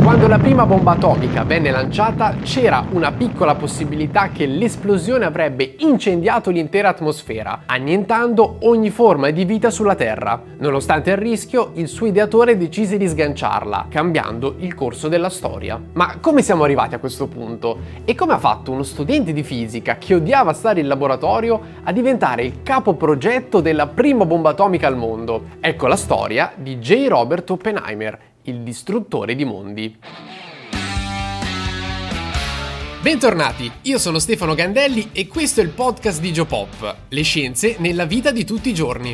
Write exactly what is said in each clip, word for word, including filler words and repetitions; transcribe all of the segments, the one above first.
Quando la prima bomba atomica venne lanciata, c'era una piccola possibilità che l'esplosione avrebbe incendiato l'intera atmosfera, annientando ogni forma di vita sulla Terra. Nonostante il rischio, il suo ideatore decise di sganciarla, cambiando il corso della storia. Ma come siamo arrivati a questo punto? E come ha fatto uno studente di fisica che odiava stare in laboratorio a diventare il capo progetto della prima bomba atomica al mondo? Ecco la storia di J. Robert Oppenheimer, il distruttore di mondi. Bentornati, io sono Stefano Gandelli e questo è il podcast di Geopop, le scienze nella vita di tutti i giorni.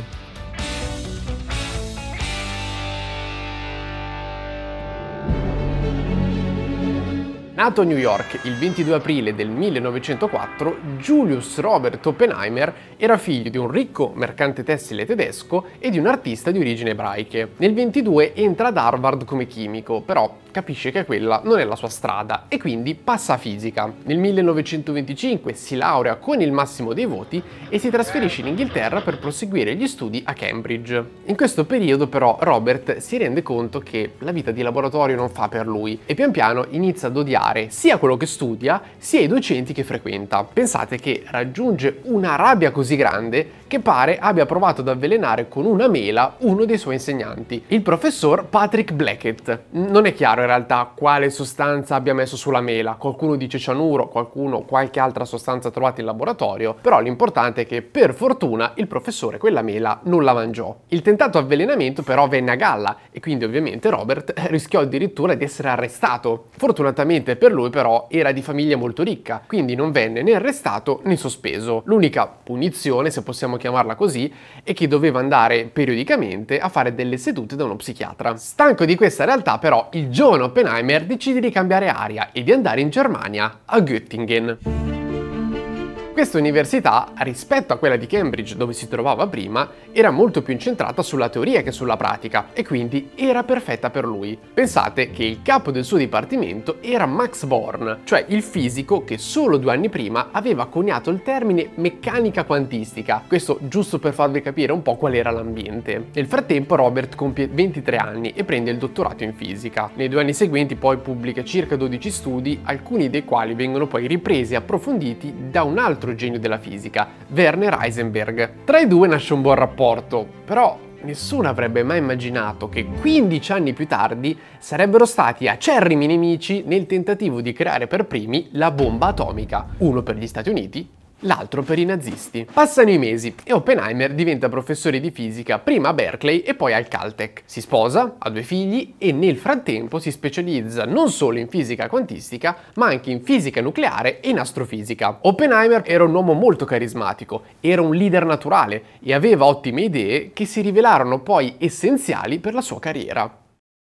Nato a New York il ventidue aprile del millenovecentoquattro, Julius Robert Oppenheimer era figlio di un ricco mercante tessile tedesco e di un artista di origini ebraiche. Nel ventidue entra ad Harvard come chimico, però capisce che quella non è la sua strada e quindi passa a fisica. Nel millenovecentoventicinque si laurea con il massimo dei voti e si trasferisce in Inghilterra per proseguire gli studi a Cambridge. In questo periodo però Robert si rende conto che la vita di laboratorio non fa per lui e pian piano inizia ad odiare sia quello che studia sia i docenti che frequenta. Pensate che raggiunge una rabbia così grande che pare abbia provato ad avvelenare con una mela uno dei suoi insegnanti, il professor Patrick Blackett. Non è chiaro in realtà quale sostanza abbia messo sulla mela, qualcuno dice cianuro, qualcuno qualche altra sostanza trovata in laboratorio, però l'importante è che per fortuna il professore quella mela non la mangiò. Il tentato avvelenamento però venne a galla e quindi ovviamente Robert rischiò addirittura di essere arrestato. Fortunatamente per lui però era di famiglia molto ricca, quindi non venne né arrestato né sospeso. L'unica punizione, se possiamo chiamarla così, è che doveva andare periodicamente a fare delle sedute da uno psichiatra. Stanco di questa realtà però, il giovane Oppenheimer decide di cambiare aria e di andare in Germania, a Göttingen. Questa università, rispetto a quella di Cambridge dove si trovava prima, era molto più incentrata sulla teoria che sulla pratica e quindi era perfetta per lui. Pensate che il capo del suo dipartimento era Max Born, cioè il fisico che solo due anni prima aveva coniato il termine meccanica quantistica, questo giusto per farvi capire un po' qual era l'ambiente. Nel frattempo Robert compie ventitré anni e prende il dottorato in fisica. Nei due anni seguenti poi pubblica circa dodici studi, alcuni dei quali vengono poi ripresi e approfonditi da un altro genio della fisica, Werner Heisenberg. Tra i due nasce un buon rapporto, però nessuno avrebbe mai immaginato che quindici anni più tardi sarebbero stati acerrimi nemici nel tentativo di creare per primi la bomba atomica, uno per gli Stati Uniti, l'altro per i nazisti. Passano i mesi e Oppenheimer diventa professore di fisica prima a Berkeley e poi al Caltech. Si sposa, ha due figli e nel frattempo si specializza non solo in fisica quantistica, ma anche in fisica nucleare e in astrofisica. Oppenheimer era un uomo molto carismatico, era un leader naturale e aveva ottime idee che si rivelarono poi essenziali per la sua carriera.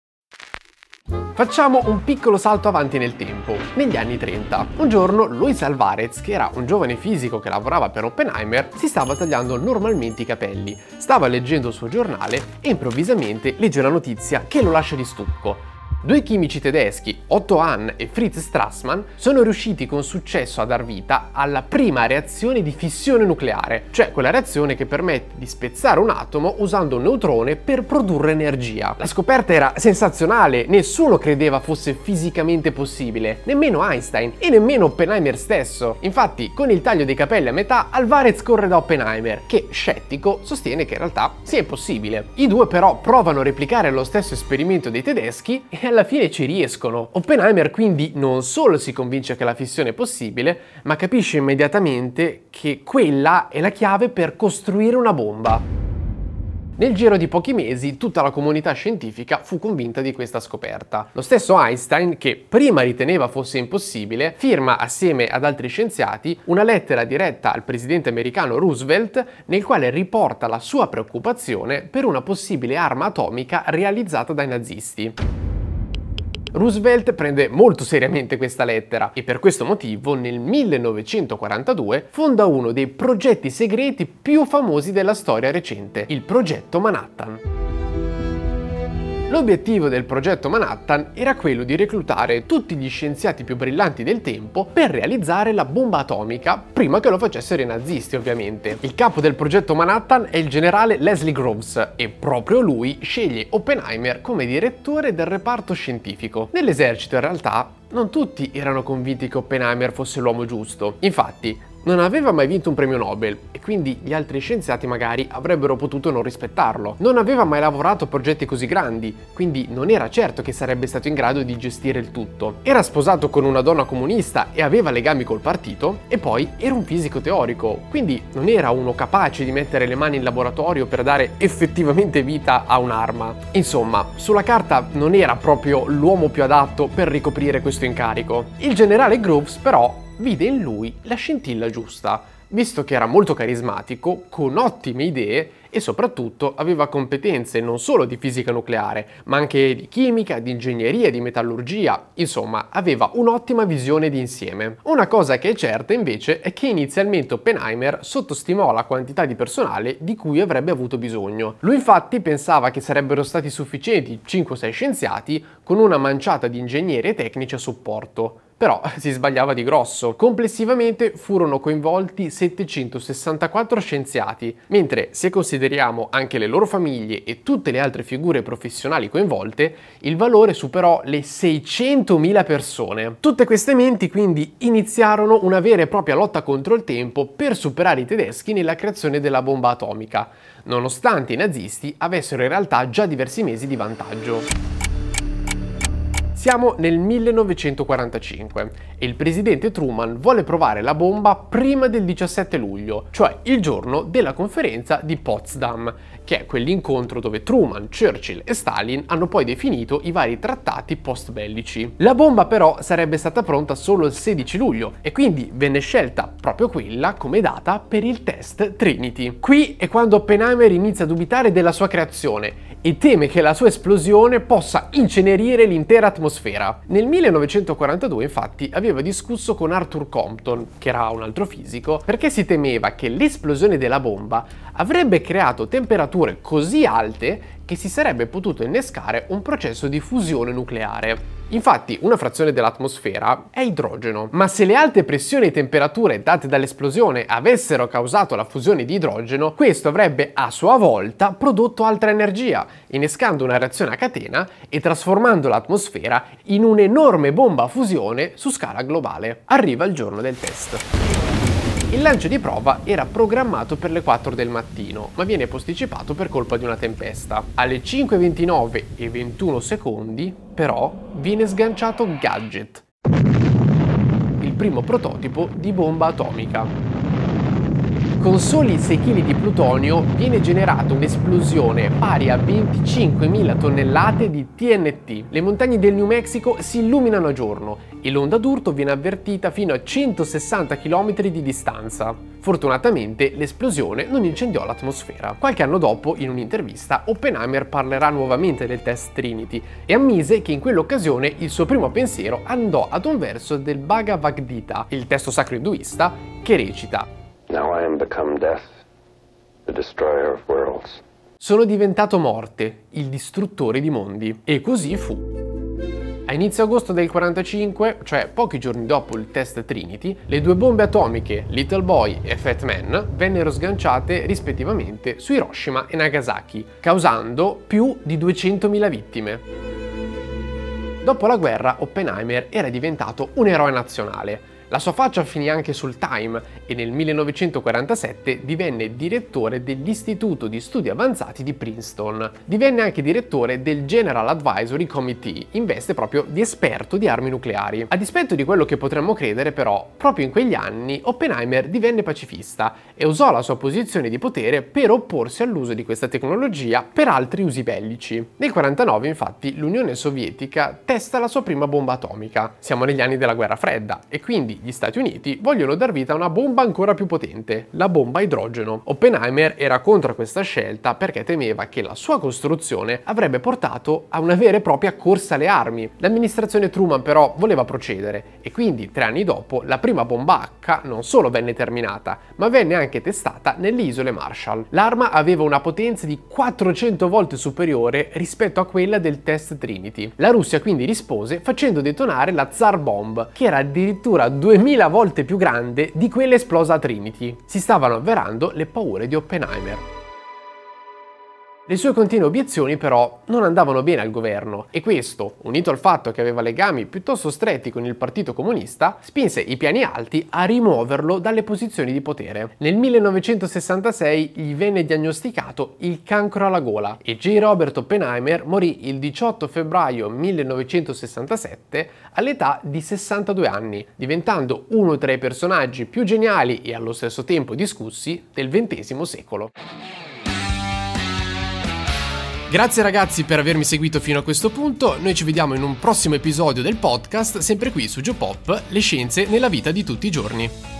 Facciamo un piccolo salto avanti nel tempo, negli anni trenta. Un giorno Louis Alvarez, che era un giovane fisico che lavorava per Oppenheimer, si stava tagliando normalmente i capelli. Stava leggendo il suo giornale e improvvisamente legge la notizia che lo lascia di stucco. Due chimici tedeschi, Otto Hahn e Fritz Strassmann, sono riusciti con successo a dar vita alla prima reazione di fissione nucleare, cioè quella reazione che permette di spezzare un atomo usando un neutrone per produrre energia. La scoperta era sensazionale, nessuno credeva fosse fisicamente possibile, nemmeno Einstein e nemmeno Oppenheimer stesso. Infatti, con il taglio dei capelli a metà, Alvarez corre da Oppenheimer, che, scettico, sostiene che in realtà sia possibile. I due però provano a replicare lo stesso esperimento dei tedeschi e alla fine ci riescono. Oppenheimer quindi non solo si convince che la fissione è possibile, ma capisce immediatamente che quella è la chiave per costruire una bomba. Nel giro di pochi mesi tutta la comunità scientifica fu convinta di questa scoperta. Lo stesso Einstein, che prima riteneva fosse impossibile, firma assieme ad altri scienziati una lettera diretta al presidente americano Roosevelt nel quale riporta la sua preoccupazione per una possibile arma atomica realizzata dai nazisti. Roosevelt prende molto seriamente questa lettera e per questo motivo nel millenovecentoquarantadue fonda uno dei progetti segreti più famosi della storia recente, il progetto Manhattan. L'obiettivo del progetto Manhattan era quello di reclutare tutti gli scienziati più brillanti del tempo per realizzare la bomba atomica, prima che lo facessero i nazisti ovviamente. Il capo del progetto Manhattan è il generale Leslie Groves e proprio lui sceglie Oppenheimer come direttore del reparto scientifico. Nell'esercito in realtà non tutti erano convinti che Oppenheimer fosse l'uomo giusto. Infatti, non aveva mai vinto un premio Nobel e quindi gli altri scienziati magari avrebbero potuto non rispettarlo. Non aveva mai lavorato a progetti così grandi, quindi non era certo che sarebbe stato in grado di gestire il tutto. Era sposato con una donna comunista e aveva legami col partito, e poi era un fisico teorico, quindi non era uno capace di mettere le mani in laboratorio per dare effettivamente vita a un'arma. Insomma, sulla carta non era proprio l'uomo più adatto per ricoprire questo incarico. Il generale Groves però vide in lui la scintilla giusta, visto che era molto carismatico, con ottime idee e soprattutto aveva competenze non solo di fisica nucleare, ma anche di chimica, di ingegneria, di metallurgia, insomma aveva un'ottima visione di insieme. Una cosa che è certa invece è che inizialmente Oppenheimer sottostimò la quantità di personale di cui avrebbe avuto bisogno. Lui infatti pensava che sarebbero stati sufficienti cinque o sei scienziati con una manciata di ingegneri e tecnici a supporto. Però si sbagliava di grosso. Complessivamente furono coinvolti settecentosessantaquattro scienziati, mentre se consideriamo anche le loro famiglie e tutte le altre figure professionali coinvolte, il valore superò le seicentomila persone. Tutte queste menti quindi iniziarono una vera e propria lotta contro il tempo per superare i tedeschi nella creazione della bomba atomica, nonostante i nazisti avessero in realtà già diversi mesi di vantaggio. Siamo nel millenovecentoquarantacinque e il presidente Truman vuole provare la bomba prima del diciassette luglio, cioè il giorno della conferenza di Potsdam, che è quell'incontro dove Truman, Churchill e Stalin hanno poi definito i vari trattati post-bellici. La bomba però sarebbe stata pronta solo il sedici luglio e quindi venne scelta proprio quella come data per il test Trinity. Qui è quando Oppenheimer inizia a dubitare della sua creazione e teme che la sua esplosione possa incenerire l'intera atmosfera. Nel millenovecentoquarantadue, infatti, aveva discusso con Arthur Compton, che era un altro fisico, perché si temeva che l'esplosione della bomba avrebbe creato temperature così alte che si sarebbe potuto innescare un processo di fusione nucleare. Infatti, una frazione dell'atmosfera è idrogeno, ma se le alte pressioni e temperature date dall'esplosione avessero causato la fusione di idrogeno, questo avrebbe a sua volta prodotto altra energia, innescando una reazione a catena e trasformando l'atmosfera in un'enorme bomba a fusione su scala globale. Arriva il giorno del test. Il lancio di prova era programmato per le quattro del mattino, ma viene posticipato per colpa di una tempesta. Alle cinque e ventinove e ventuno secondi, però, viene sganciato Gadget, il primo prototipo di bomba atomica. Con soli sei chili di plutonio viene generata un'esplosione pari a venticinquemila tonnellate di T N T. Le montagne del New Mexico si illuminano a giorno e l'onda d'urto viene avvertita fino a centosessanta chilometri di distanza. Fortunatamente l'esplosione non incendiò l'atmosfera. Qualche anno dopo, in un'intervista, Oppenheimer parlerà nuovamente del test Trinity e ammise che in quell'occasione il suo primo pensiero andò ad un verso del Bhagavad Gita, il testo sacro induista, che recita: Now I am become death, the destroyer of worlds. Sono diventato morte, il distruttore di mondi. E così fu. A inizio agosto del quarantacinque, cioè pochi giorni dopo il test Trinity, le due bombe atomiche Little Boy e Fat Man vennero sganciate rispettivamente su Hiroshima e Nagasaki, causando più di duecentomila vittime. Dopo la guerra, Oppenheimer era diventato un eroe nazionale. La sua faccia finì anche sul Time e nel millenovecentoquarantasette divenne direttore dell'Istituto di Studi Avanzati di Princeton. Divenne anche direttore del General Advisory Committee, in veste proprio di esperto di armi nucleari. A dispetto di quello che potremmo credere, però, proprio in quegli anni Oppenheimer divenne pacifista e usò la sua posizione di potere per opporsi all'uso di questa tecnologia per altri usi bellici. Nel quarantanove, infatti, l'Unione Sovietica testa la sua prima bomba atomica. Siamo negli anni della Guerra Fredda e quindi gli Stati Uniti vogliono dar vita a una bomba ancora più potente, la bomba a idrogeno. Oppenheimer era contro questa scelta perché temeva che la sua costruzione avrebbe portato a una vera e propria corsa alle armi. L'amministrazione Truman però voleva procedere e quindi tre anni dopo la prima bomba H non solo venne terminata, ma venne anche testata nelle isole Marshall. L'arma aveva una potenza di quattrocento volte superiore rispetto a quella del test Trinity. La Russia quindi rispose facendo detonare la Tsar Bomb, che era addirittura duemila volte più grande di quella esplosa a Trinity. Si stavano avverando le paure di Oppenheimer. Le sue continue obiezioni però non andavano bene al governo e questo, unito al fatto che aveva legami piuttosto stretti con il Partito Comunista, spinse i piani alti a rimuoverlo dalle posizioni di potere. Nel millenovecentosessantasei gli venne diagnosticato il cancro alla gola e J. Robert Oppenheimer morì il diciotto febbraio millenovecentosessantasette all'età di sessantadue anni, diventando uno tra i personaggi più geniali e allo stesso tempo discussi del ventesimo secolo. Grazie ragazzi per avermi seguito fino a questo punto, noi ci vediamo in un prossimo episodio del podcast, sempre qui su Geopop, le scienze nella vita di tutti i giorni.